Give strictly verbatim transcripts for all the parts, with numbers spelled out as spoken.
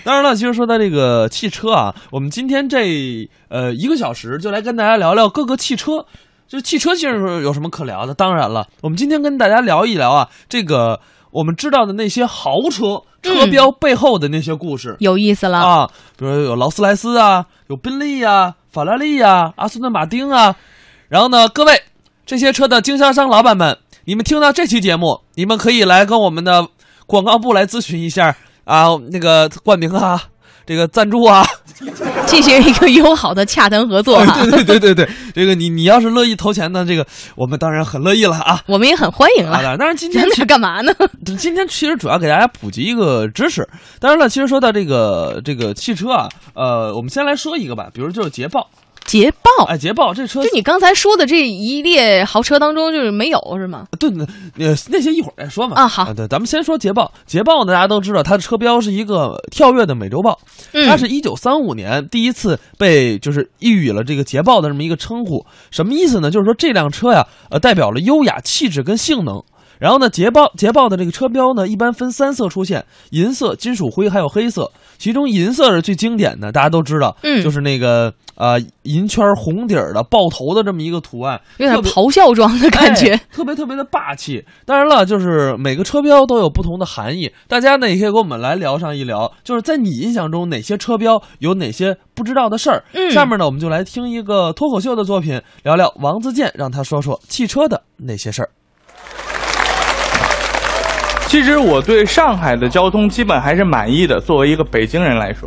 当然了，其实说到这个汽车啊，我们今天这呃一个小时就来跟大家聊聊各个汽车。这汽车其实有什么可聊的？当然了，我们今天跟大家聊一聊啊，这个我们知道的那些豪车车标背后的那些故事， 嗯、有意思了啊。比如有劳斯莱斯啊，有宾利啊，法拉利啊，阿斯顿马丁啊。然后呢，各位这些车的经销商老板们，你们听到这期节目，你们可以来跟我们的广告部来咨询一下啊，那个冠名啊，这个赞助啊， 进行一个友好的洽谈合作啊。 对对对对对，这个你你要是乐意投钱呢，这个我们当然很乐意了啊， 我们也很欢迎了。 啊、当然今天是干嘛呢？ 今天其实主要给大家普及一个知识。当然了，其实说到这个这个汽车啊，呃，我们先来说一个吧，比如就是捷豹。 捷豹， 哎，捷豹这车就你刚才说的这一列豪车当中，就是没有是吗？ 对，那那些一会儿再说嘛。 啊，好， 啊、对，咱们先说捷豹。捷豹呢，大家都知道，它的车标是一个跳跃的美洲豹， 嗯、 它是一九三五年第一次被就是予以了这个捷豹的这么一个称呼。什么意思呢？就是说这辆车呀，呃，代表了优雅、气质跟性能。然后呢，捷豹捷豹的这个车标呢，一般分三色出现：银色、金属灰还有黑色。其中银色是最经典的，大家都知道， 嗯， 就是那个呃银圈红底儿的豹头的这么一个图案， 有点咆哮状的感觉， 哎、特别特别的霸气。当然了，就是每个车标都有不同的含义，大家呢也可以跟我们来聊上一聊，就是在你印象中哪些车标有哪些不知道的事儿。 嗯， 下面呢我们就来听一个脱口秀的作品，聊聊王自健，让他说说汽车的那些事儿。 其实我对上海的交通基本还是满意的，作为一个北京人来说。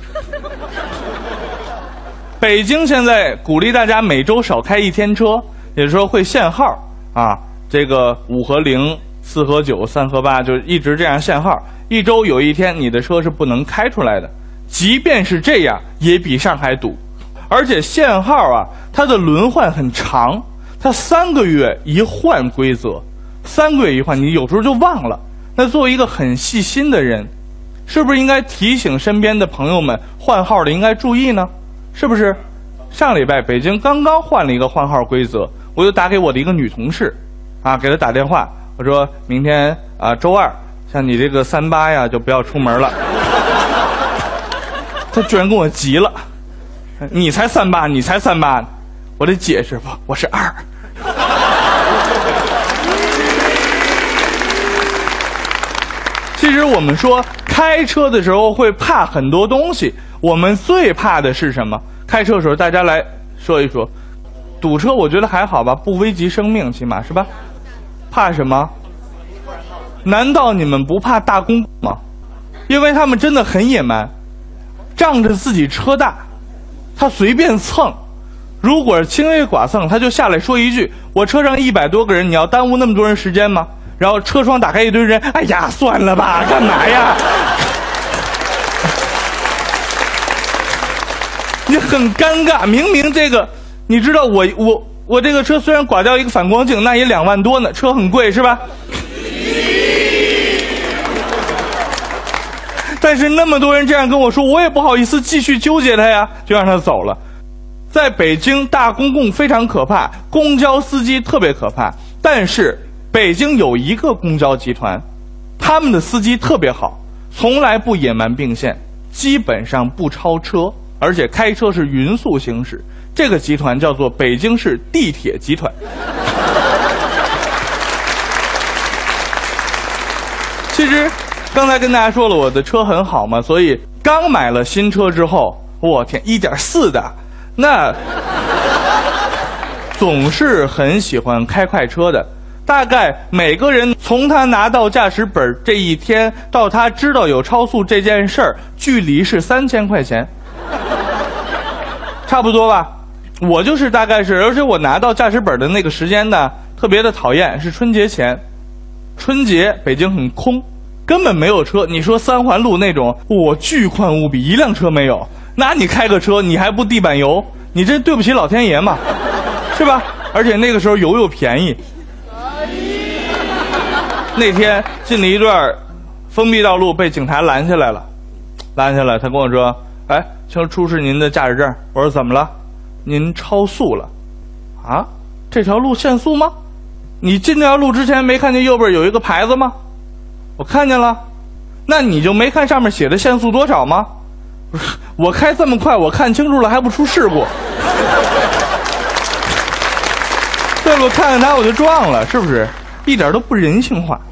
北京现在鼓励大家每周少开一天车，也就是说会限号啊，这个五和零、四和九、三和八，就一直这样限号。一周有一天你的车是不能开出来的，即便是这样，也比上海堵。而且限号啊，它的轮换很长，它三个月一换规则，三个月一换，你有时候就忘了。那作为一个很细心的人，是不是应该提醒身边的朋友们换号的应该注意呢？是不是？上礼拜北京刚刚换了一个换号规则，我就打给我的一个女同事，啊，给她打电话，我说明天啊周二，像你这个三八呀就不要出门了。她居然跟我急了，你才三八，你才三八，我得解释吧，我是二。其实我们说开车的时候会怕很多东西，我们最怕的是什么？开车的时候大家来说一说。堵车我觉得还好吧，不危及生命，起码是吧？怕什么？难道你们不怕大公吗？因为他们真的很野蛮，仗着自己车大，他随便蹭。如果是轻微剐蹭，他就下来说一句：我车上一百多个人，你要耽误那么多人时间吗？然后车窗打开一堆人，哎呀，算了吧，干嘛呀？你很尴尬，明明这个，你知道我我我这个车虽然刮掉一个反光镜，那也两万多呢，车很贵是吧？但是那么多人这样跟我说，我也不好意思继续纠结他呀，就让他走了。在北京大公共非常可怕，公交司机特别可怕，但是北京有一个公交集团，他们的司机特别好，从来不野蛮并线，基本上不超车，而且开车是匀速行驶。这个集团叫做北京市地铁集团。其实刚才跟大家说了，我的车很好嘛，所以刚买了新车之后，我天，一点四的，那总是很喜欢开快车的。大概每个人从他拿到驾驶本这一天到他知道有超速这件事儿，距离是三千块钱，差不多吧。我就是大概是，而且我拿到驾驶本的那个时间呢，特别的讨厌，是春节前。春节北京很空，根本没有车。你说三环路那种，我巨宽无比，一辆车没有。那你开个车，你还不地板油，你这对不起老天爷嘛，是吧？而且那个时候油又便宜。那天进了一段封闭道路，被警察拦下来了，拦下来，他跟我说：“哎，请出示您的驾驶证。”我说：“怎么了？您超速了。”啊？这条路限速吗？你进这条路之前没看见右边有一个牌子吗？我看见了。 那你就没看上面写的限速多少吗？不是，我开这么快，我看清楚了还不出事故。对不？看看他我就撞了，是不是？一点都不人性化。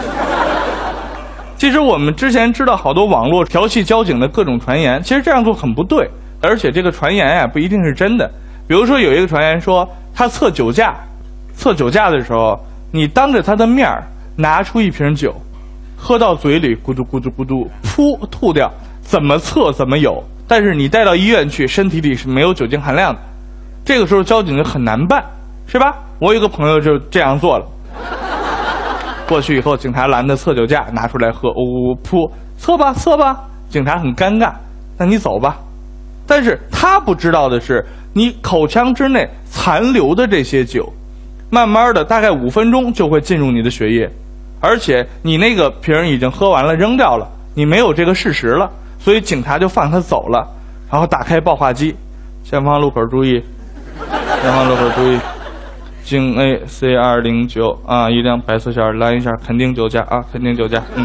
其实我们之前知道好多网络调戏交警的各种传言，其实这样做很不对，而且这个传言呀不一定是真的。比如说有一个传言说他测酒驾，测酒驾的时候，你当着他的面拿出一瓶酒，喝到嘴里咕嘟咕嘟咕嘟，噗吐掉，怎么测怎么有，但是你带到医院去，身体里是没有酒精含量的。这个时候交警就很难办，是吧？我有个朋友就这样做了。过去以后，警察拦着测酒驾，拿出来喝，呜、哦、噗，测吧测吧。警察很尴尬，那你走吧。但是他不知道的是，你口腔之内残留的这些酒，慢慢的大概五分钟就会进入你的血液，而且你那个瓶已经喝完了扔掉了，你没有这个事实了，所以警察就放他走了，然后打开报话机，前方路口注意，前方路口注意。京 A C 二零九啊，一辆白色小拦一下，肯定酒驾啊，肯定酒驾。嗯，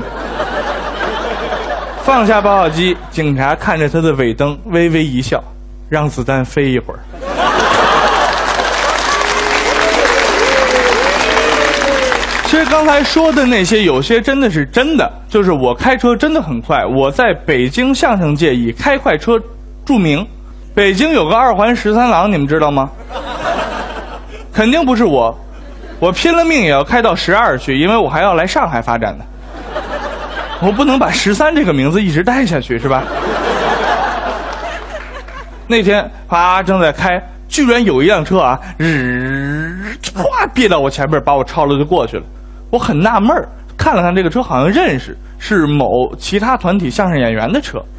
放下报号机，警察看着他的尾灯，微微一笑，让子弹飞一会儿。其实刚才说的那些，有些真的是真的，就是我开车真的很快，我在北京相声界以开快车著名。北京有个二环十三郎，你们知道吗？肯定不是我，我拼了命也要开到十二去，因为我还要来上海发展的。我不能把十三这个名字一直带下去，是吧？那天啪正在开，居然有一辆车啊，日唰别到我前面，把我超了就过去了。我很纳闷儿，看了看这个车，好像认识，是某其他团体相声演员的车。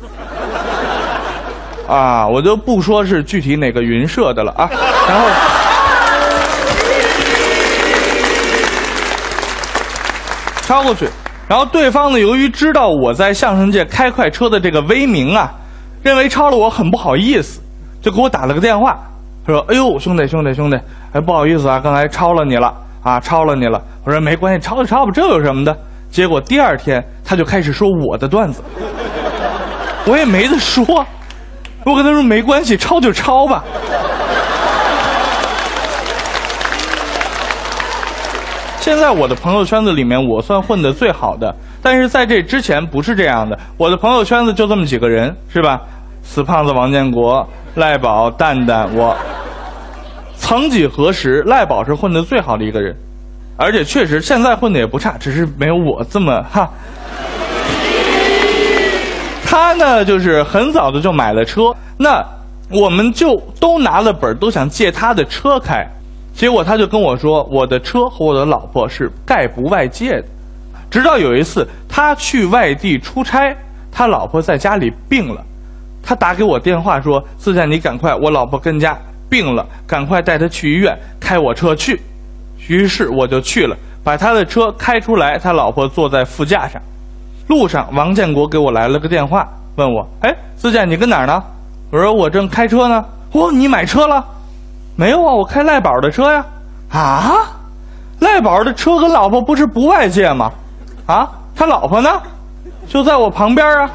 啊，我就不说是具体哪个云社的了啊，然后。超过去，然后对方呢，由于知道我在相声界开快车的这个威名啊，认为超了我很不好意思，就给我打了个电话，他说：“哎呦，兄弟兄弟兄弟，哎，不好意思啊，刚才超了你了啊，超了你了。”我说：“没关系，超就超吧，这有什么的？”结果第二天他就开始说我的段子，我也没得说，我跟他说没关系，超就超吧。现在我的朋友圈子里面，我算混得最好的，但是在这之前不是这样的。我的朋友圈子就这么几个人，是吧？死胖子王建国、赖宝、蛋蛋，我。曾几何时，赖宝是混得最好的一个人，而且确实现在混得也不差，只是没有我这么哈。他呢，就是很早的就买了车，那我们就都拿了本，都想借他的车开。结果他就跟我说，我的车和我的老婆是概不外借的。直到有一次他去外地出差，他老婆在家里病了，他打给我电话说：“自在你赶快，我老婆跟家病了，赶快带她去医院，开我车去。”于是我就去了，把他的车开出来，他老婆坐在副驾上。路上王建国给我来了个电话，问我：“哎，自在你跟哪儿呢？”我说：“我正开车呢。”哦，你买车了？没有啊，我开赖宝的车呀。啊，赖宝的车跟老婆不是不外借吗？啊，他老婆呢？就在我旁边啊。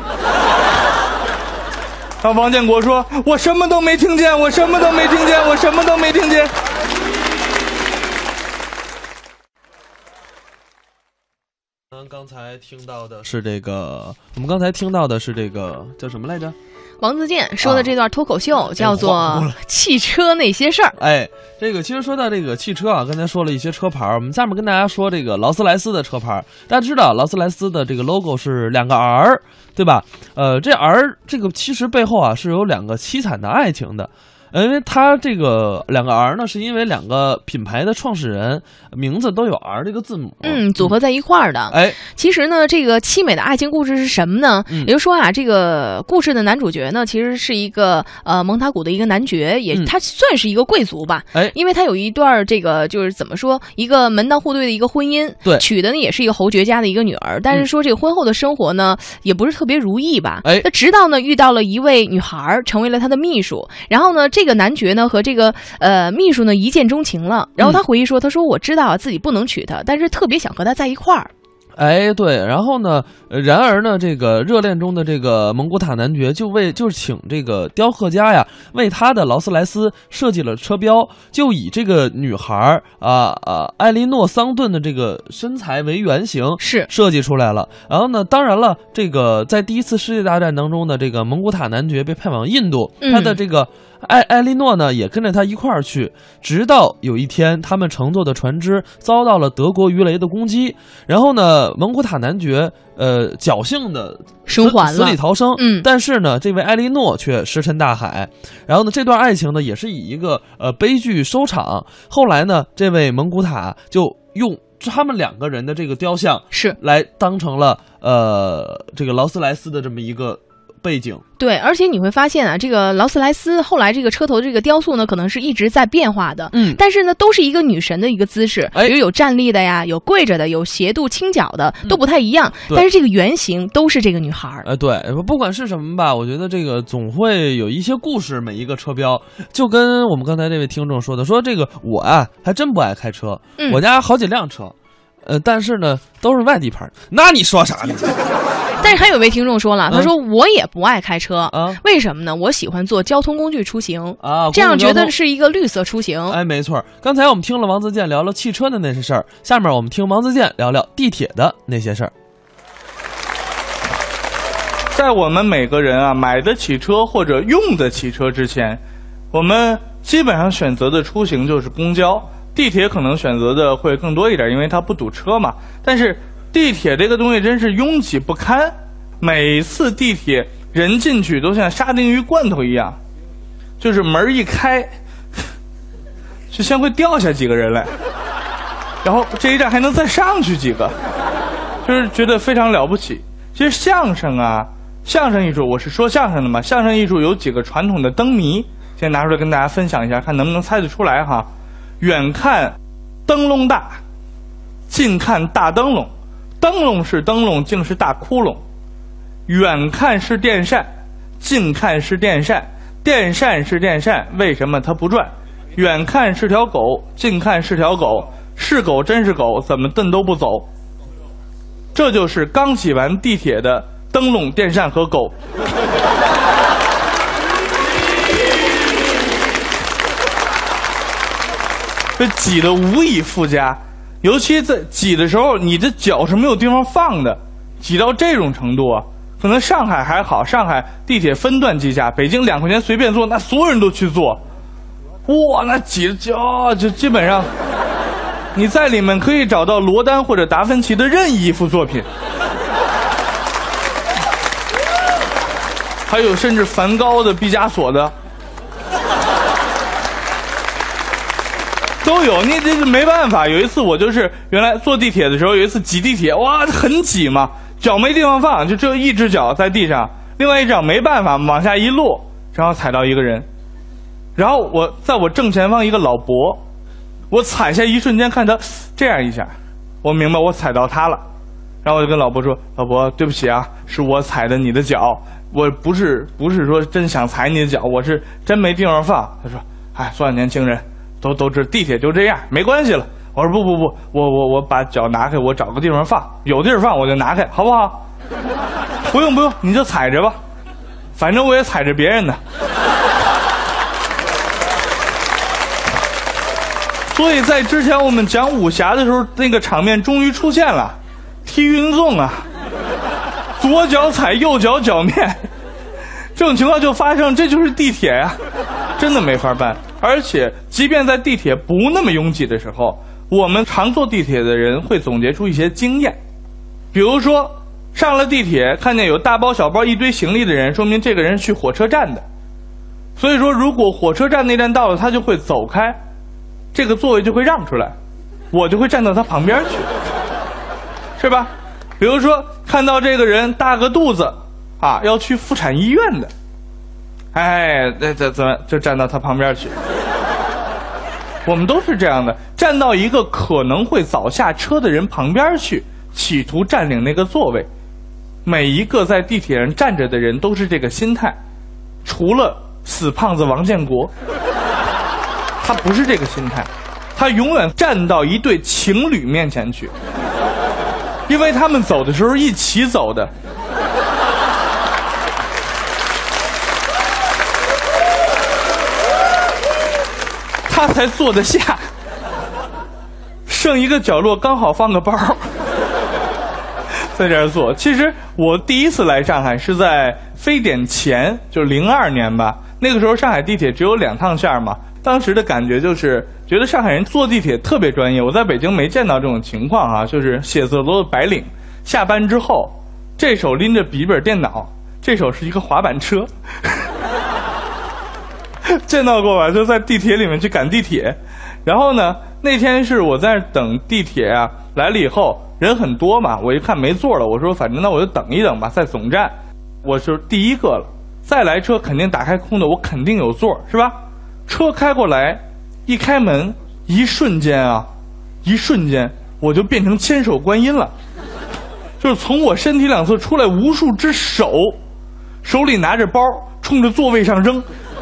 然后王建国说：“我什么都没听见，我什么都没听见，我什么都没听见。” 刚才听到的是这个，我们刚才听到的是这个叫什么来着？ 王自健说的这段脱口秀叫做《汽车那些事儿》。 哎，这个其实说到这个汽车啊，刚才说了一些车牌，我们下面跟大家说这个劳斯莱斯的车牌。大家知道劳斯莱斯的这个 logo 是两个 R， 对吧？呃，这 R 这个其实背后啊是有两个凄惨的爱情的。因为它这个两个 R 呢，是因为两个品牌的创始人名字都有 R 这个字母， 嗯，组合在一块儿的。 哎， 其实呢，这个凄美的爱情故事是什么呢？嗯、也就是说啊，这个故事的男主角呢，其实是一个呃蒙塔古的一个男爵，也、嗯、他算是一个贵族吧。哎，因为他有一段这个就是怎么说，一个门当户对的一个婚姻， 对， 娶的呢也是一个侯爵家的一个女儿，但是说这个婚后的生活呢、嗯、也不是特别如意吧。哎，那直到呢遇到了一位女孩，成为了他的秘书，然后呢这个男爵呢和这个呃秘书呢一见钟情了，然后他回忆说，他说我知道自己不能娶她，但是特别想和她在一块儿。 哎，对，然后呢，呃、然而呢，这个热恋中的这个蒙古塔男爵就为就是请这个雕刻家呀，为他的劳斯莱斯设计了车标，就以这个女孩啊啊艾莉诺桑顿的这个身材为原型， 是设计出来了。然后呢，当然了，这个在第一次世界大战当中呢，这个蒙古塔男爵被派往印度， 嗯、 他的这个艾艾莉诺呢也跟着他一块儿去，直到有一天，他们乘坐的船只遭到了德国鱼雷的攻击，然后呢。蒙古塔男爵，呃，侥幸的生还了， 死里逃生。 嗯， 但是呢，这位艾莉诺却石沉大海。然后呢，这段爱情呢，也是以一个呃悲剧收场。后来呢，这位蒙古塔就用他们两个人的这个雕像是来当成了呃这个劳斯莱斯的这么一个背景。 对，而且你会发现啊，这个劳斯莱斯后来这个车头这个雕塑呢，可能是一直在变化的， 嗯， 但是呢，都是一个女神的一个姿势， 哎， 比如有站立的呀，有跪着的，有斜度倾角的，都不太一样， 嗯、 但是这个原型都是这个女孩。 呃，对，不管是什么吧，我觉得这个总会有一些故事，每一个车标，就跟我们刚才这位听众说的，说这个我啊，还真不爱开车， 嗯、 我家好几辆车，呃，但是呢，都是外地牌，那你说啥呢？ 但是还有位听众说了，他说我也不爱开车， 啊， 为什么呢？我喜欢坐交通工具出行啊， 这样觉得是一个绿色出行。 哎，没错。刚才我们听了王自健聊了汽车的那些事儿，下面我们听王自健聊聊地铁的那些事儿。 在我们每个人啊买得起车或者用得起车之前，我们基本上选择的出行就是公交，地铁可能选择的会更多一点，因为它不堵车嘛。但是地铁这个东西真是拥挤不堪，每次地铁人进去都像沙丁鱼罐头一样，就是门一开就先会掉下几个人来，然后这一站还能再上去几个，就是觉得非常了不起。其实相声啊，相声艺术，我是说相声的嘛，相声艺术有几个传统的灯谜，先拿出来跟大家分享一下，看能不能猜得出来哈。远看灯笼大，近看大灯笼，灯笼是灯笼，竟是大窟窿。远看是电扇，近看是电扇，电扇是电扇，为什么它不转？远看是条狗，近看是条狗，是狗真是狗，怎么蹬都不走。这就是刚挤完地铁的灯笼、电扇和狗。这挤得无以复加，尤其在挤的时候，你的脚是没有地方放的，挤到这种程度啊，可能上海还好，上海地铁分段计价，北京两块钱随便坐，那所有人都去坐，哇，那挤的脚就基本上，你在里面可以找到罗丹或者达芬奇的任意一幅作品，还有甚至梵高的、毕加索的。都有，你这没办法。有一次我就是原来坐地铁的时候，有一次挤地铁，哇，很挤嘛，脚没地方放，就只有一只脚在地上，另外一只脚没办法往下一落，然后踩到一个人，然后我在我正前方一个老伯，我踩下一瞬间看他这样一下，我明白我踩到他了，然后我就跟老伯说：“老伯，对不起啊，是我踩的你的脚，我不是不是说真想踩你的脚，我是真没地方放。”他说：“哎，算了，年轻人。”都都知地铁就这样，没关系了。我说不不不，我我我把脚拿开，我找个地方放，有地儿放我就拿开，好不好？不用不用，你就踩着吧，反正我也踩着别人呢。所以在之前我们讲武侠的时候，那个场面终于出现了，踢云纵啊，左脚踩右脚脚面，这种情况就发生，这就是地铁呀、啊，真的没法办。而且，即便在地铁不那么拥挤的时候，我们常坐地铁的人会总结出一些经验，比如说，上了地铁看见有大包小包一堆行李的人，说明这个人是去火车站的。所以说，如果火车站那站到了，他就会走开，这个座位就会让出来，我就会站到他旁边去，是吧？比如说，看到这个人大个肚子，啊，要去妇产医院的。哎，这这怎么就站到他旁边去？我们都是这样的，站到一个可能会早下车的人旁边去，企图占领那个座位。每一个在地铁上站着的人都是这个心态，除了死胖子王建国，他不是这个心态，他永远站到一对情侣面前去。 因为他们走的时候一起走的。他才坐得下，剩一个角落刚好放个包，在这儿坐。其实我第一次来上海是在非典前，就是零二年吧。那个时候上海地铁只有两趟线嘛，当时的感觉就是觉得上海人坐地铁特别专业。我在北京没见到这种情况啊，就是写字楼的白领下班之后，这手拎着笔记本电脑，这手是一个滑板车。见到过吧？就在地铁里面去赶地铁，然后呢，那天是我在等地铁啊，来了以后人很多嘛，我一看没座了，我说反正那我就等一等吧，在总站，我是第一个了，再来车肯定打开空的，我肯定有座，是吧？车开过来，一开门，一瞬间啊，一瞬间我就变成千手观音了，就是从我身体两侧出来无数只手，手里拿着包，冲着座位上扔。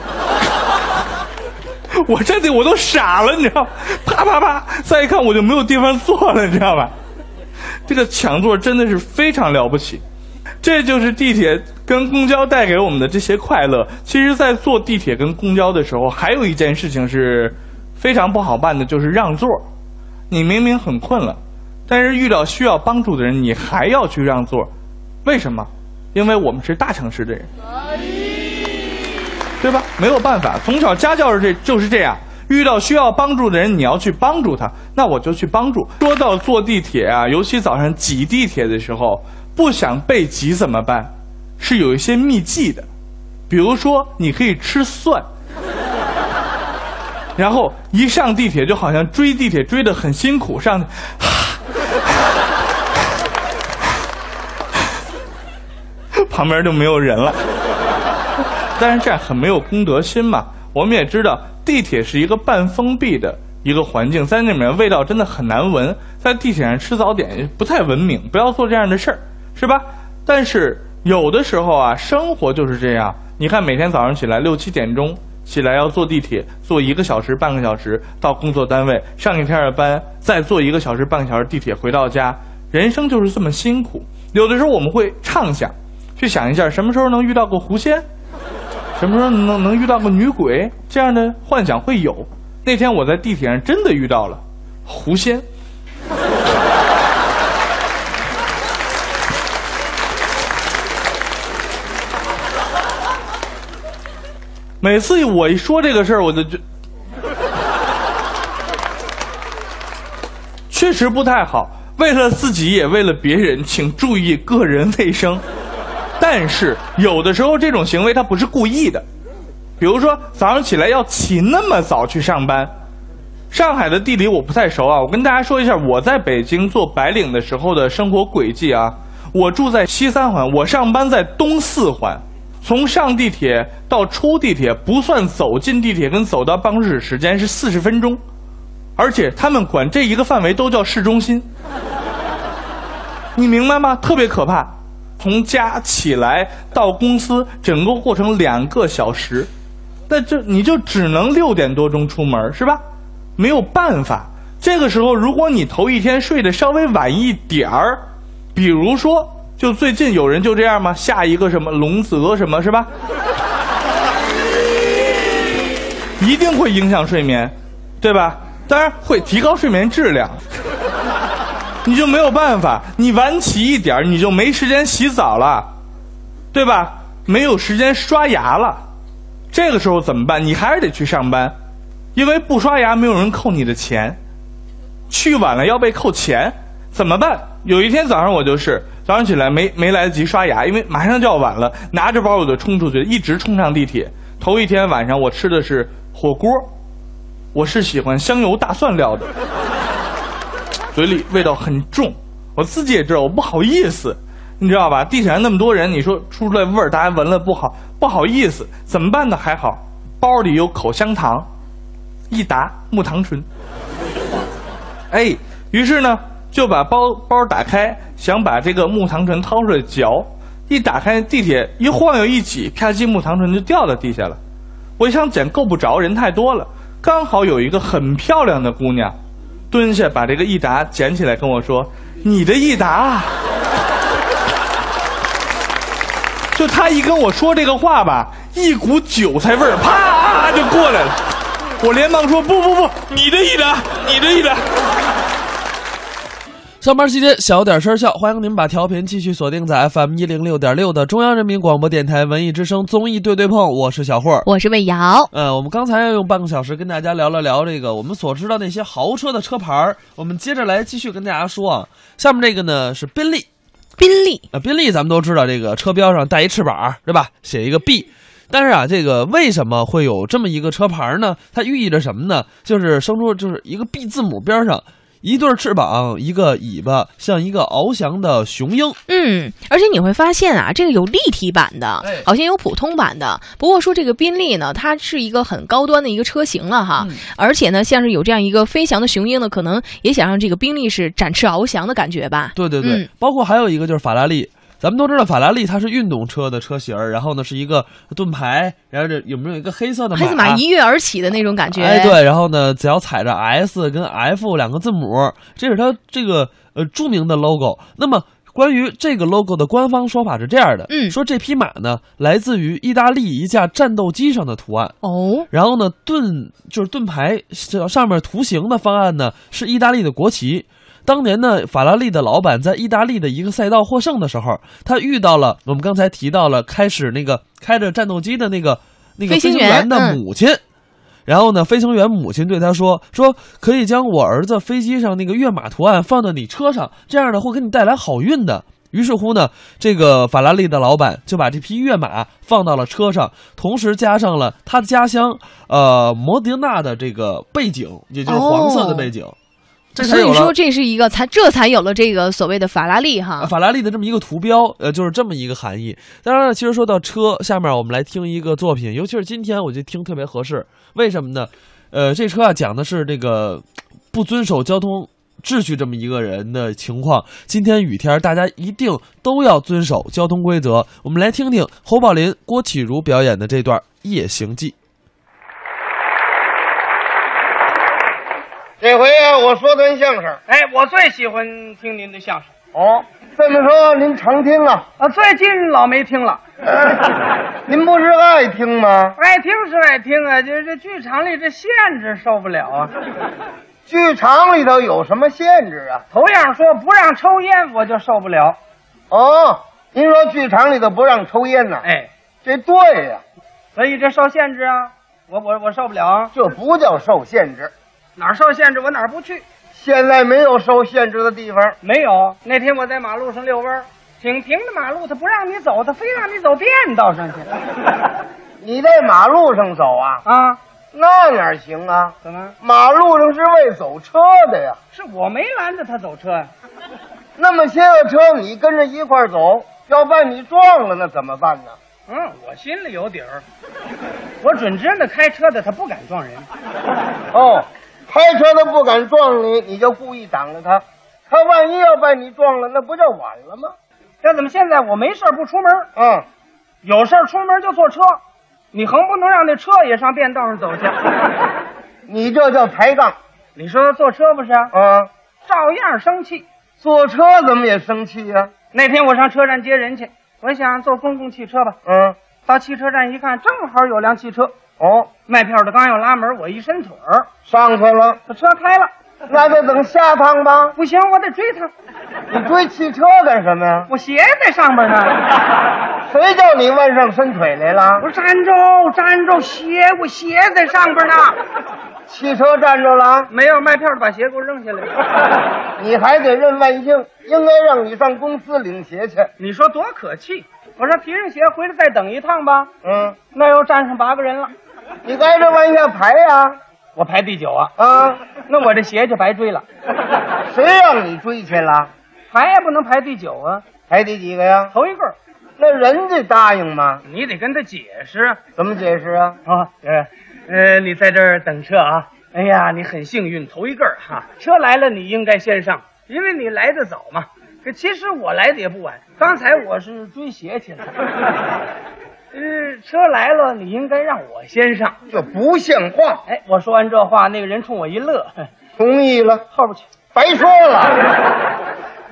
我真的我都傻了，你知道，啪啪啪，再一看我就没有地方坐了，你知道吧？这个抢座真的是非常了不起，这就是地铁跟公交带给我们的这些快乐。其实在坐地铁跟公交的时候，还有一件事情是非常不好办的，就是让座。你明明很困了，但是遇到需要帮助的人，你还要去让座，为什么？因为我们是大城市的人，对吧？没有办法，从小家教是这就是这样，遇到需要帮助的人，你要去帮助他，那我就去帮助。说到坐地铁啊，尤其早上挤地铁的时候，不想被挤怎么办？是有一些秘技的，比如说你可以吃蒜，然后一上地铁就好像追地铁追得很辛苦，上去旁边就没有人了。但是这样很没有公德心嘛。我们也知道地铁是一个半封闭的一个环境，在那里面味道真的很难闻，在地铁上吃早点不太文明，不要做这样的事儿，是吧？但是有的时候啊，生活就是这样。你看每天早上起来六七点钟起来要坐地铁，坐一个小时半个小时到工作单位，上一天的班，再坐一个小时半个小时地铁回到家，人生就是这么辛苦。有的时候我们会畅想，去想一下什么时候能遇到个狐仙，什么时候能能遇到个女鬼，这样的幻想会有。那天我在地铁上真的遇到了狐仙。每次我一说这个事儿，我就觉确实不太好。为了自己也为了别人，请注意个人卫生。但是有的时候这种行为它不是故意的，比如说早上起来要起那么早去上班。上海的地理我不太熟啊，我跟大家说一下我在北京做白领的时候的生活轨迹啊。我住在西三环，我上班在东四环。从上地铁到出地铁，不算走进地铁跟走到办公室时间是四十分钟，而且他们管这一个范围都叫市中心。你明白吗？特别可怕。从家起来到公司，整个过程两个小时，那这你就只能六点多钟出门，是吧？没有办法。这个时候，如果你头一天睡得稍微晚一点儿，比如说。就最近有人就这样吗？下一个什么龙泽什么是吧？一定会影响睡眠，对吧？当然会提高睡眠质量。你就没有办法，你晚起一点你就没时间洗澡了，对吧？没有时间刷牙了，这个时候怎么办？你还是得去上班，因为不刷牙没有人扣你的钱，去晚了要被扣钱，怎么办？有一天早上我就是早上起来没没来得及刷牙，因为马上就要晚了，拿着包我就冲出去，一直冲上地铁。头一天晚上我吃的是火锅，我是喜欢香油大蒜料的，嘴里味道很重，我自己也知道我不好意思，你知道吧？地铁上那么多人，你说出来味儿大家闻了不好不好意思，怎么办呢？还好包里有口香糖，一打木糖醇，哎，于是呢就把包包打开，想把这个木糖醇掏出来嚼，一打开地铁一晃悠一挤，啪叽木糖醇就掉到地下了。我一想捡够不着，人太多了，刚好有一个很漂亮的姑娘蹲下把这个一打捡起来跟我说：“ 你的益达。就他一跟我说这个话吧，一股韭菜味儿啪就过来了。我连忙说不不不，你的益达，你的益达。 上班期间小点声笑，欢迎您把调频继续锁定在 F M 一零六点六的中央人民广播电台文艺之声综艺对对碰，我是小霍， 我是魏瑶。 呃，我们刚才要用半个小时跟大家聊了聊这个我们所知道那些豪车的车牌，我们接着来继续跟大家说啊。下面这个呢是宾利， 宾利啊，宾利咱们都知道这个车标上带一翅膀，对吧？写一个 B。但是啊，这个为什么会有这么一个车牌呢？它寓意着什么呢？就是生出就是一个 B 字母边上一对翅膀，一个尾巴，像一个翱翔的雄鹰。 嗯，而且你会发现啊，这个有立体版的，好像有普通版的。不过说这个宾利呢，它是一个很高端的一个车型了哈。嗯、而且呢，像是有这样一个飞翔的雄鹰呢，可能也想让这个宾利是展翅翱翔的感觉吧。 对对对，嗯、包括还有一个就是法拉利。咱们都知道法拉利它是运动车的车型，然后呢是一个盾牌，然后这有没有一个黑色的马？ 黑色马一跃而起的那种感觉。 哎，对，然后呢，只要踩着 S 跟 F 两个字母，这是它这个呃著名的 logo。那么关于这个 logo 的官方说法是这样的，嗯，说这匹马呢来自于意大利一架战斗机上的图案哦，然后呢盾就是盾牌上面图形的方案呢是意大利的国旗。当年呢，法拉利的老板在意大利的一个赛道获胜的时候，他遇到了我们刚才提到了开始那个开着战斗机的那个那个飞行员的母亲，嗯、然后呢，飞行员母亲对他说说可以将我儿子飞机上那个跃马图案放到你车上，这样呢会给你带来好运的。于是乎呢，这个法拉利的老板就把这匹跃马放到了车上，同时加上了他的家乡呃摩迪纳的这个背景，也就是黄色的背景。哦， 所以说这是一个才这才有了这个所谓的法拉利哈， 法拉利的这么一个图标，呃，就是这么一个含义。当然了，其实说到车，下面我们来听一个作品，尤其是今天我觉得听特别合适。为什么呢？呃，这车啊讲的是这个不遵守交通秩序这么一个人的情况。今天雨天，大家一定都要遵守交通规则。我们来听听侯宝林、郭启儒表演的这段《夜行记》。 这回啊，我说段相声。 哎，我最喜欢听您的相声。 哦，这么说您常听啊？ 啊，最近老没听了。 您不是爱听吗？ 爱听是爱听啊，就是这剧场里这限制受不了啊。 剧场里头有什么限制啊？ 头样说不让抽烟，我就受不了。 哦，您说剧场里头不让抽烟呢？ 哎， 这对呀、啊。 所以这受限制啊，我我我受不了。 这不叫受限制。 哪儿受限制我哪儿不去。 现在没有受限制的地方。 没有。那天我在马路上遛弯，挺平的马路，他不让你走，他非让你走电道上去。 你在马路上走啊？ 啊， 那哪行啊？ 怎么？ 马路上是为走车的呀。 是我没拦着他走车呀。 那么些个车你跟着一块走，要把你撞了那怎么办呢？ 嗯，我心里有底儿。我准知那开车的他不敢撞人。 哦。开车的不敢撞你，你就故意挡着他，他万一要把你撞了，那不就晚了吗？ 这怎么现在我没事不出门？ 嗯， 有事出门就坐车，你横不能让那车也上便道上走去。 你这叫抬杠。 你说坐车不是？ 嗯， 照样生气。 坐车怎么也生气呀、啊？ 那天我上车站接人去，我想坐公共汽车吧。 嗯， 到汽车站一看，正好有辆汽车。 哦， 卖票的刚要拉门，我一伸腿儿上去了， 把车开了。 那就等下趟吧。 不行，我得追他。 你追汽车干什么呀？ 我鞋在上边呢。 谁叫你往上伸腿来了？ 我站住，站住，鞋我鞋在上边呢。 汽车站住了？ 没有，卖票的把鞋给我扔下来了。 你还得认万幸，应该让你上公司领鞋去。 你说多可气！我说提上鞋回来再等一趟吧。 嗯， 那又站上八个人了。 你挨着往下排呀、啊？ 我排第九啊。 啊， 那我这鞋就白追了。 谁让你追去了？ 排也不能排第九啊。 排第几个呀？ 头一个。 那人家答应吗？ 你得跟他解释。 怎么解释啊？ 啊，呃，呃，你在这儿等车啊。哎呀，你很幸运，头一个哈、啊。车来了，你应该先上，因为你来得早嘛。可其实我来的也不晚，刚才我是追鞋去了。呃，车来了，你应该让我先上。 这不像话！ 哎，我说完这话，那个人冲我一乐， 同意了， 后边去。 白说了。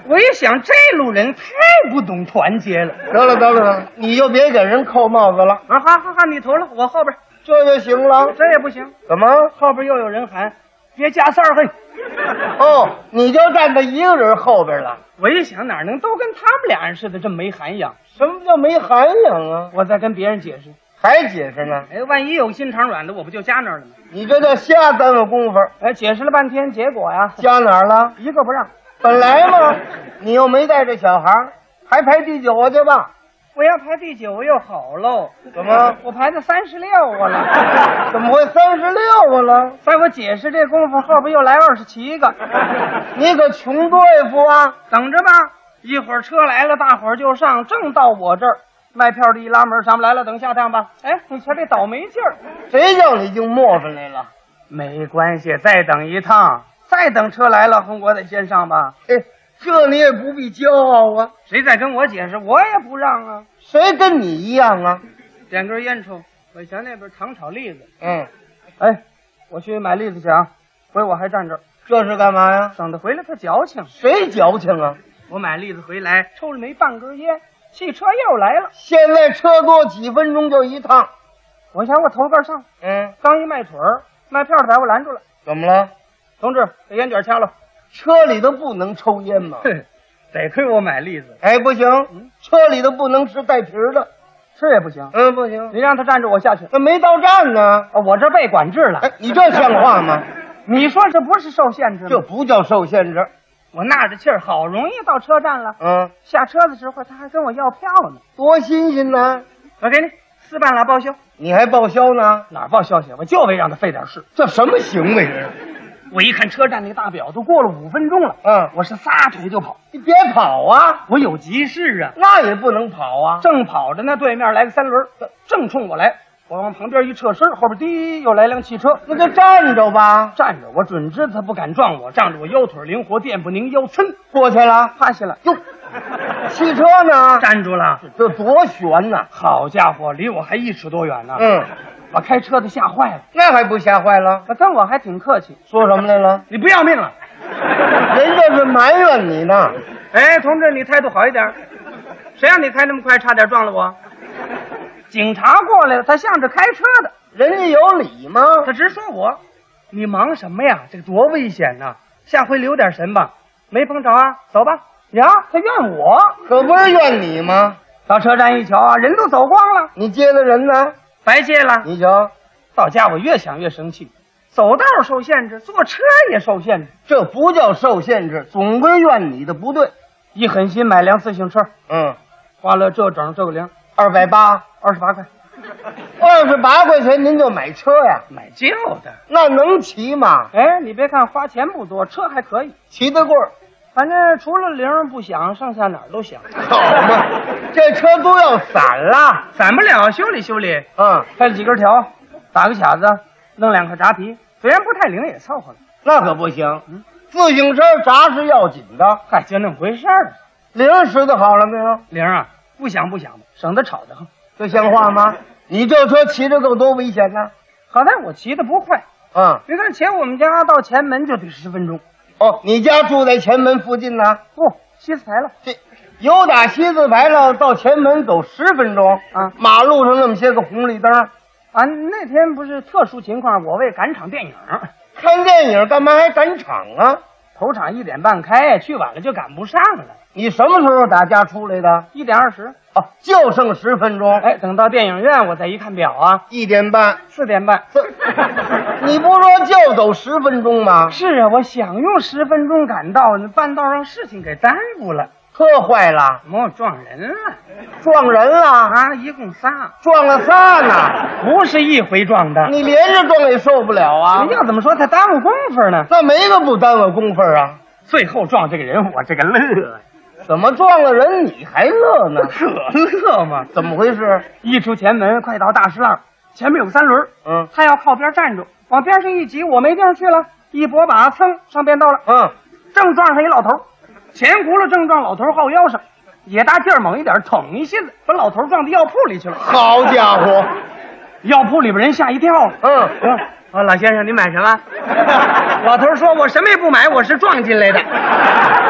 我一想，这路人太不懂团结了。 得了得了得了，你就别给人扣帽子了。 啊，好好好，你头了，我后边， 这就行了。 这也不行， 怎么？ 后边又有人喊，别加塞儿嘿。 哦，你就站在一个人后边了。 我一想，哪能都跟他们俩人似的，这么没涵养？ 什么叫没涵养啊？ 我再跟别人解释， 还解释呢？ 哎，万一有心肠软的，我不就加那儿了吗？ 你这叫瞎耽误功夫。 哎，解释了半天，结果呀， 加哪儿了？ 一个不让。 本来嘛，你又没带着小孩，还排第九个去吧？ 我要排第九，我又好喽。 怎么？ 我排到三十六个了。 怎么会三十六个了？ 在我解释这功夫，后边又来二十七个。 你可穷对付啊！ 等着吧，一会儿车来了，大伙儿就上，正到我这儿，卖票的一拉门，上不来了，等下趟吧。哎，你瞧这倒霉劲儿， 谁叫你净磨翻来了？ 没关系，再等一趟，再等车来了，我得先上吧。 哎，这你也不必骄傲啊！ 谁再跟我解释，我也不让啊。 谁跟你一样啊？ 点根烟抽，我瞧那边糖炒栗子。 嗯， 哎，我去买栗子去啊，回我还站这儿， 这是干嘛呀？ 省得回来他矫情。 谁矫情啊？ 我买栗子回来，抽了没半根烟，汽车又来了。 现在车多，几分钟就一趟。 我想我头个上， 嗯， 刚一迈腿儿，卖票的把我拦住了。 怎么了？ 同志，这烟卷掐了。 车里头不能抽烟吗？ 嘿，得亏我买栗子。 哎，不行，车里头不能吃带皮儿的， 吃也不行。 嗯，不行， 你让他站着，我下去。 那没到站呢。 啊，我这被管制了。 哎，你这像话吗？ 你说这不是受限制吗？ 这不叫受限制。 我纳着气儿，好容易到车站了。 嗯， 下车的时候他还跟我要票呢， 多新鲜呢！ 我给你四半拉报销。 你还报销呢？ 哪儿报销去？我就为让他费点事。 这什么行为这？ 我一看车站那个大表，都过了五分钟了。 嗯， 我是撒腿就跑。 你别跑啊！ 我有急事啊。 那也不能跑啊！ 正跑着呢，对面来个三轮，正冲我来。我往旁边一侧身，后边滴又来辆汽车。 那就站着吧， 站着，我准知他不敢撞我，仗着我腰腿灵活，垫不拧腰，噌过去了， 趴下了。 哟，汽车呢？ 站住了， 这多悬呐！ 好家伙，离我还一尺多远呢。 嗯， 把开车的吓坏了。 那还不吓坏了？ 他跟我还挺客气， 说什么来了？ 你不要命了？ 人家是埋怨你呢。 哎，同志，你态度好一点。谁让你开那么快，差点撞了我？警察过来了，他向着开车的， 人家有理吗？ 他直说我，你忙什么呀？这个多危险呐！下回留点神吧。没碰着啊，走吧。呀，他怨我， 可不是怨你吗？ 到车站一瞧啊，人都走光了。 你接的人呢？ 白接了。 你瞧， 到家我越想越生气。走道受限制，坐车也受限制， 这不叫受限制，总归怨你的不对。 一狠心买辆自行车， 嗯， 花了这整这个零， 二百八， 二十八块， 二十八块钱您就买车呀？ 买旧的， 那能骑吗？ 哎，你别看花钱不多，车还可以， 骑得过， 反正除了铃不响，剩下哪儿都响。 好嘛，这车都要散了， 散不了，修理修理。 嗯， 开了几根条，打个卡子，弄两块闸皮，虽然不太灵，也凑合了。 那可不行，嗯，自行车闸是要紧的。 嗨，就那么回事儿。 铃拾的好了没有？ 铃啊，不响不响的，省得吵得慌。 这像话吗？你这车骑着够多危险呢！ 好在我骑的不快。 啊， 你看前我们家到前门就得十分钟。 哦，你家住在前门附近呢？ 哦，西四牌了。 这由打西四牌了到前门走十分钟啊！ 马路上那么些个红绿灯啊！那天不是特殊情况，我为赶场电影， 看电影干嘛还赶场啊？ 头场一点半开，去晚了就赶不上了。 你什么时候打家出来的？ 一点二十。 哦，就剩十分钟。 哎，等到电影院，我再一看表啊， 一点半， 四点半。 你不说就走十分钟吗？ 是啊，我想用十分钟赶到，半道让事情给耽误了。 车坏了， 我撞人了， 撞人了啊！一共仨， 撞了仨呢， 不是一回撞的。 你连着撞也受不了啊！ 人要怎么说他耽误功夫呢？ 那没个不耽误功夫啊！ 最后撞这个人，我这个乐， 怎么撞了人你还乐呢？ 可乐嘛！ 怎么回事？ 一出前门，快到大石栏，前面有个三轮， 嗯， 他要靠边站住，往边上一挤，我没地儿去了，一拨把，噌上便道了， 嗯， 正撞上一老头。前轱辘正撞老头后腰上，也大劲儿猛一点，捅一下子把老头撞到药铺里去了。 好家伙， 药铺里边人吓一跳。 嗯， 啊，老先生，你买什么？老头说：“我什么也不买，我是撞进来的。”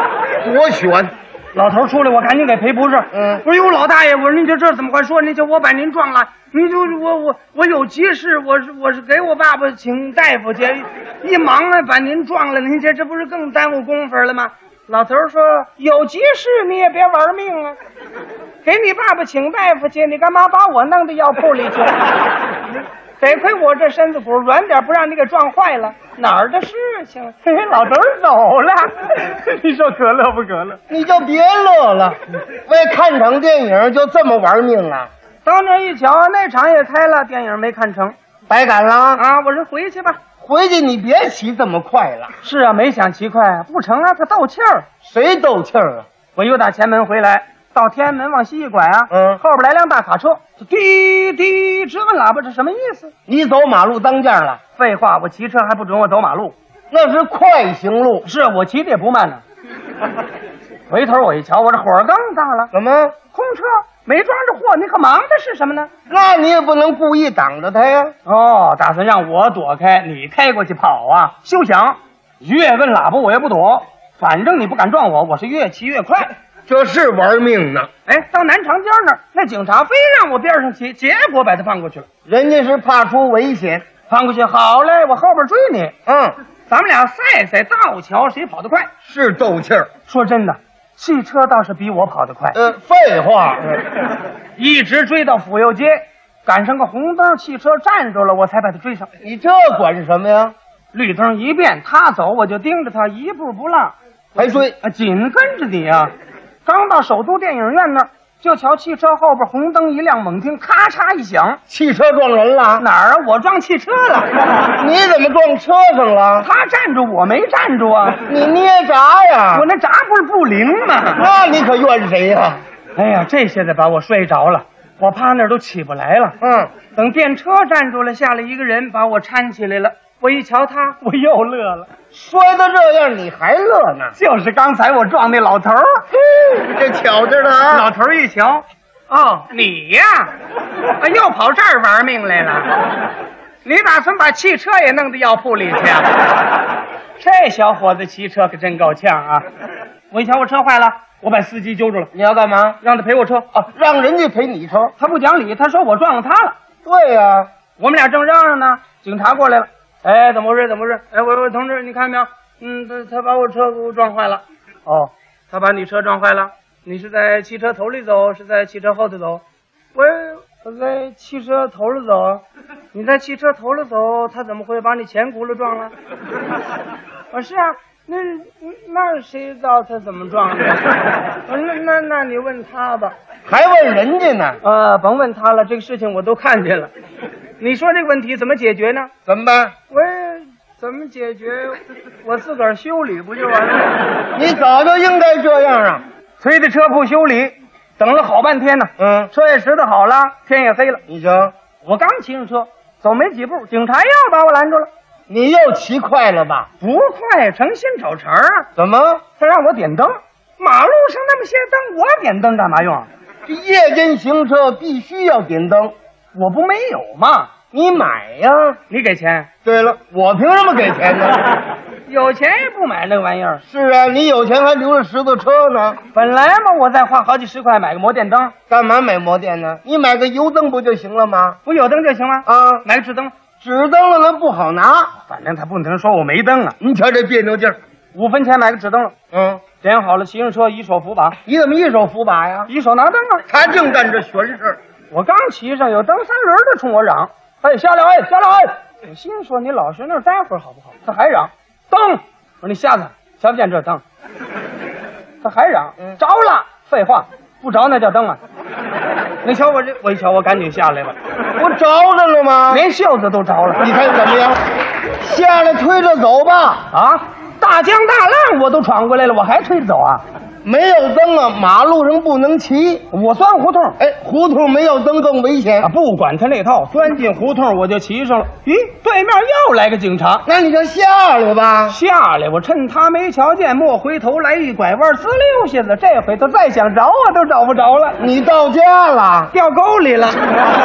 多悬。 老头出来，我赶紧给赔不是。 嗯， 我说哟，老大爷，我说您这这怎么回事？您就我把您撞了，您就我我我有急事，我是我是给我爸爸请大夫去，一忙啊把您撞了，您这这不是更耽误功夫了吗？老头说有急事你也别玩命啊，给你爸爸请大夫去，你干嘛把我弄到药铺里去？得亏我这身子骨软点，不让你给撞坏了，哪儿的事情？嘿嘿，老头走了，你说可乐不可乐？ 你就别乐了，为看场电影就这么玩命啊？ 当年一瞧，那场也开了，电影没看成， 白赶了啊！我说回去吧， 回去你别骑这么快了。 是啊，没想骑快啊，不成啊，他斗气儿。 谁斗气儿啊？ 我又打前门回来。到天安门往西一拐啊，嗯，后边来辆大卡车，滴滴直按喇叭，这什么意思？ 你走马路当间了？ 废话，我骑车还不准我走马路， 那是快行路。 是我骑的也不慢呢。回头我一瞧，我这火更大了。 怎么？ 空车没装着货，你可忙的是什么呢？ 那你也不能故意挡着他呀。 哦，打算让我躲开，你开过去跑啊？休想！越摁喇叭我也不躲，反正你不敢撞我，我是越骑越快。 这是玩命呢！ 哎，到南长街那儿，那警察非让我边上骑，结果把他放过去了。 人家是怕出危险， 放过去好嘞，我后边追你。 嗯， 咱们俩赛赛道桥，谁跑得快？ 是斗气儿。 说真的，汽车倒是比我跑得快。 呃，废话， 一直追到府右街，赶上个红灯，汽车站住了，我才把他追上。 你这管什么呀？ 绿灯一变，他走我就盯着他，一步不落， 还追啊，紧跟着你啊。刚到首都电影院那儿，就瞧汽车后边红灯一亮，猛听咔嚓一响， 汽车撞人了？ 哪儿啊？我撞汽车了。 你怎么撞车上了？ 他站住，我没站住啊。 你捏闸呀？ 我那闸不是不灵吗？ 那你可怨谁呀？ 哎呀，这下子把我摔着了，我趴那儿都起不来了。 嗯， 等电车站住了，下来一个人把我搀起来了。我一瞧他，我又乐了。 摔得这样你还乐呢？ 就是刚才我撞那老头儿， 这巧着呢啊！ 老头儿一瞧，哦，你呀，啊，又跑这儿玩命来了。你打算把汽车也弄到药铺里去啊？这小伙子骑车可真够呛啊！我一瞧我车坏了，我把司机揪住了。 你要干嘛？ 让他赔我车啊！让人家赔你车？ 他不讲理，他说我撞了他了。 对呀、啊， 我们俩正嚷嚷呢，警察过来了。哎，怎么回事？怎么回事？哎，喂喂，同志，你看没有？嗯，他他把我车给我撞坏了。哦，他把你车撞坏了？你是在汽车头里走，是在汽车后头走？喂，我在汽车头里走啊。你在汽车头里走，他怎么会把你前轱辘撞了？我是啊，那那谁知道他怎么撞的？那那那你问他吧。 还问人家呢？ 呃，甭问他了，这个事情我都看见了。你说这个问题怎么解决呢？ 怎么办？ 我怎么解决？我自个儿修理不就完了？ 你早就应该这样啊！ 推着车铺修理，等了好半天呢。 嗯， 车也拾掇好了，天也黑了。 你瞧， 我刚骑上车，走没几步，警察又把我拦住了。 你又骑快了吧？ 不快，诚心找茬啊！ 怎么？ 他让我点灯，马路上那么些灯，我点灯干嘛用？ 这夜间行车必须要点灯， 我不没有吗？ 你买呀！ 你给钱？ 对了，我凭什么给钱呢？ 有钱也不买那个玩意儿。 是啊，你有钱还留着石头车呢。 本来嘛，我再花好几十块买个摩电灯。 干嘛买摩电呢？你买个油灯不就行了吗？ 不有灯就行了啊！ 买个纸灯， 纸灯了那不好拿。 反正他不能说我没灯啊。 你瞧这别扭劲儿， 五分钱买个纸灯了。 嗯， 点好了，骑上车一手扶把。 你怎么一手扶把呀？ 一手拿灯啊！ 他净干这玄事。 我刚骑上，有蹬三轮的冲我嚷：“哎，下来！哎，下来！哎！”我心说你老实那儿待会儿好不好？他还嚷灯，我说你瞎子，瞧不见这灯？他还嚷着了，废话，不着那叫灯啊！你瞧我这，我一瞧我赶紧下来了， 我着着了吗？ 连袖子都着了， 你看怎么样？下来推着走吧！ 啊，大江大浪我都闯过来了，我还推着走啊？ 没有灯啊，马路上不能骑。 我钻胡同， 哎，胡同没有灯更危险啊！不管他那套，钻进胡同我就骑上了。咦，对面又来个警察， 那你就下来吧。 下来，我趁他没瞧见，莫回头来一拐弯，滋溜下子。这回他再想找我都找不着了。 你到家了， 掉沟里了。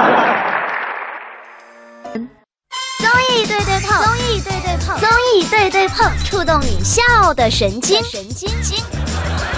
综艺对对碰，综艺对对碰，综艺对对碰，触动你笑的神经，神经经。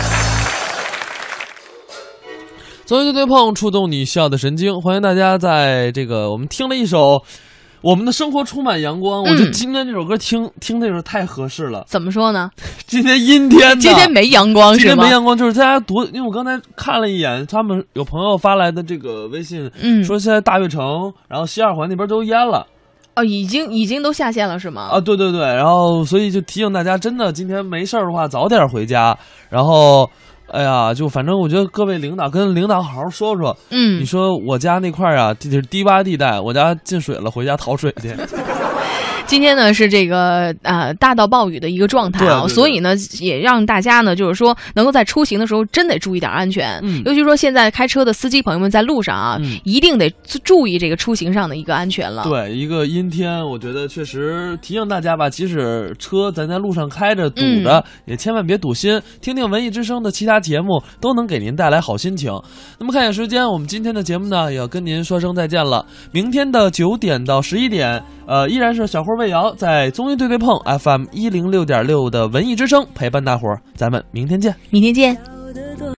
综艺对对碰，触动你笑的神经。欢迎大家在这个我们听了一首我们的生活充满阳光，嗯、我觉得今天这首歌听听的时候太合适了。 怎么说呢？ 今天阴天的， 今天没阳光是吗？ 今天没阳光，就是大家多，因为我刚才看了一眼，他们有朋友发来的这个微信，嗯，说现在大悦城，然后西二环那边都淹了。 哦，已经已经都下线了是吗？ 啊，对对对，然后所以就提醒大家，真的今天没事儿的话，早点回家，然后。哎呀，就反正我觉得各位领导跟领导好好说说，嗯，你说我家那块儿啊，这是低洼地带，我家进水了，回家淘水去。 今天呢是这个呃大到暴雨的一个状态啊，所以呢也让大家呢就是说能够在出行的时候真得注意点安全，嗯，尤其说现在开车的司机朋友们在路上啊，嗯、一定得注意这个出行上的一个安全了。对， 一个阴天，我觉得确实提醒大家吧，即使车咱在路上开着堵着，嗯、也千万别堵心。听听文艺之声的其他节目，都能给您带来好心情。那么看一眼时间，我们今天的节目呢也要跟您说声再见了。明天的九点到十一点，呃，依然是小辉。魏瑶在综艺对对碰 F M 一零六点六的文艺之声陪伴大伙儿，咱们明天见， 明天见。